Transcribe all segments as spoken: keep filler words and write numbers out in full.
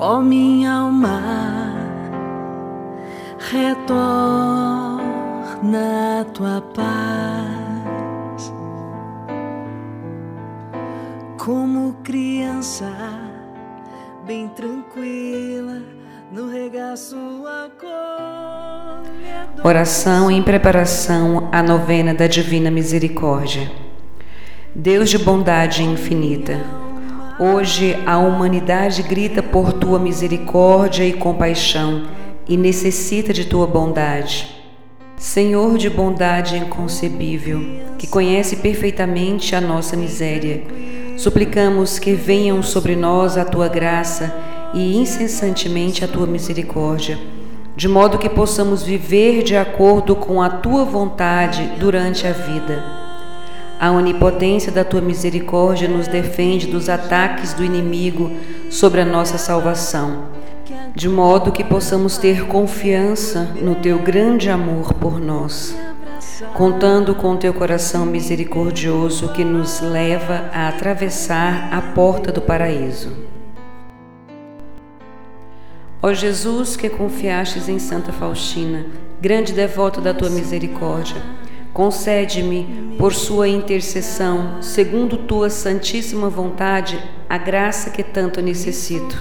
Ó minha alma, retorna à tua paz, como criança bem tranquila no regaço acolhedor. Oração em preparação à novena da Divina Misericórdia. Deus de bondade infinita, hoje a humanidade grita por tua misericórdia e compaixão e necessita de tua bondade. Senhor de bondade inconcebível, que conhece perfeitamente a nossa miséria, suplicamos que venham sobre nós a tua graça e incessantemente a tua misericórdia, de modo que possamos viver de acordo com a tua vontade durante a vida. A onipotência da tua misericórdia nos defende dos ataques do inimigo sobre a nossa salvação, de modo que possamos ter confiança no teu grande amor por nós, contando com teu coração misericordioso que nos leva a atravessar a porta do paraíso. Ó Jesus, que confiastes em Santa Faustina, grande devota da tua misericórdia, concede-me, por sua intercessão, segundo tua santíssima vontade, a graça que tanto necessito.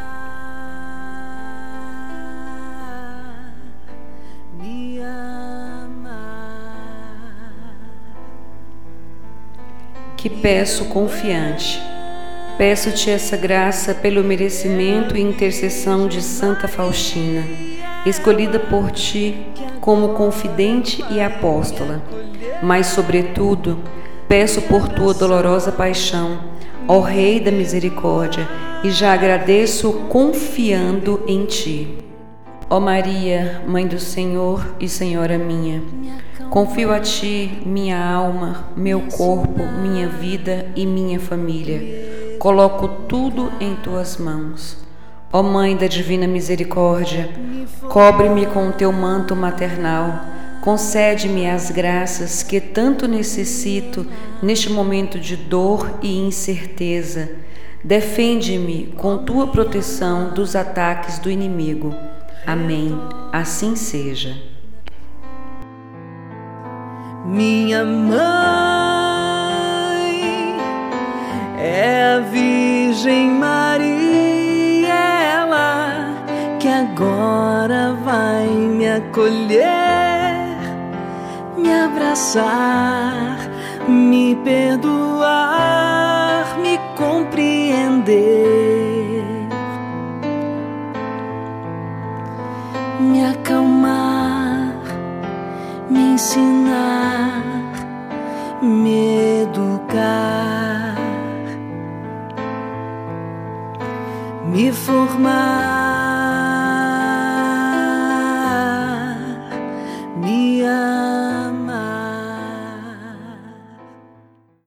Que peço confiante. Peço-te essa graça pelo merecimento e intercessão de Santa Faustina, escolhida por ti como confidente e apóstola, mas, sobretudo, peço por tua dolorosa paixão, ó Rei da Misericórdia, e já agradeço confiando em ti. Ó Maria, Mãe do Senhor e Senhora minha, confio a ti minha alma, meu corpo, minha vida e minha família. Coloco tudo em tuas mãos. Ó Mãe da Divina Misericórdia, cobre-me com o teu manto maternal, concede-me as graças que tanto necessito neste momento de dor e incerteza. Defende-me com tua proteção dos ataques do inimigo. Amém. Assim seja. Minha mãe é a Virgem Maria, ela que agora vai me acolher, me abraçar, me perdoar, me compreender, me acalmar, me ensinar, me educar, me formar.